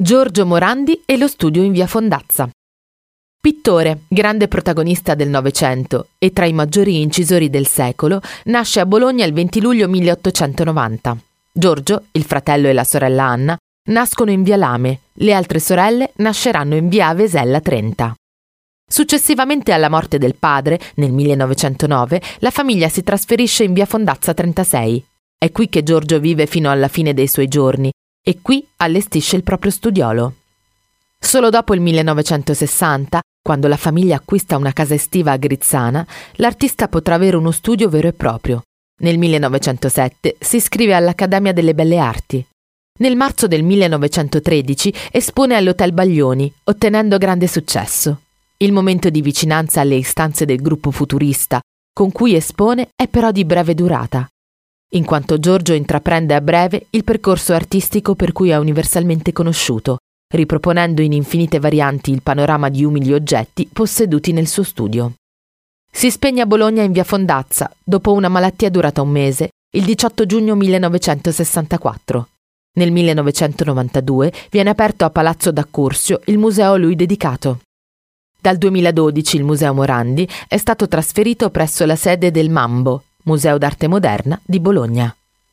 Giorgio Morandi e lo studio in via Fondazza. Pittore, grande protagonista del Novecento e tra i maggiori incisori del secolo, nasce a Bologna il 20 luglio 1890. Giorgio, il fratello e la sorella Anna, nascono in via Lame, le altre sorelle nasceranno in via Avesella 30. Successivamente alla morte del padre, nel 1909, la famiglia si trasferisce in via Fondazza 36. È qui che Giorgio vive fino alla fine dei suoi giorni e qui allestisce il proprio studiolo. Solo dopo il 1960, quando la famiglia acquista una casa estiva a Grizzana, l'artista potrà avere uno studio vero e proprio. Nel 1907 si iscrive all'Accademia delle Belle Arti. Nel marzo del 1913 espone all'Hotel Baglioni, ottenendo grande successo. Il momento di vicinanza alle istanze del gruppo futurista, con cui espone, è però di breve durata, in quanto Giorgio intraprende a breve il percorso artistico per cui è universalmente conosciuto, riproponendo in infinite varianti il panorama di umili oggetti posseduti nel suo studio. Si spegne a Bologna in via Fondazza, dopo una malattia durata un mese, il 18 giugno 1964. Nel 1992 viene aperto a Palazzo d'Accursio il museo a lui dedicato. Dal 2012 il Museo Morandi è stato trasferito presso la sede del Mambo, Museo d'Arte Moderna di Bologna.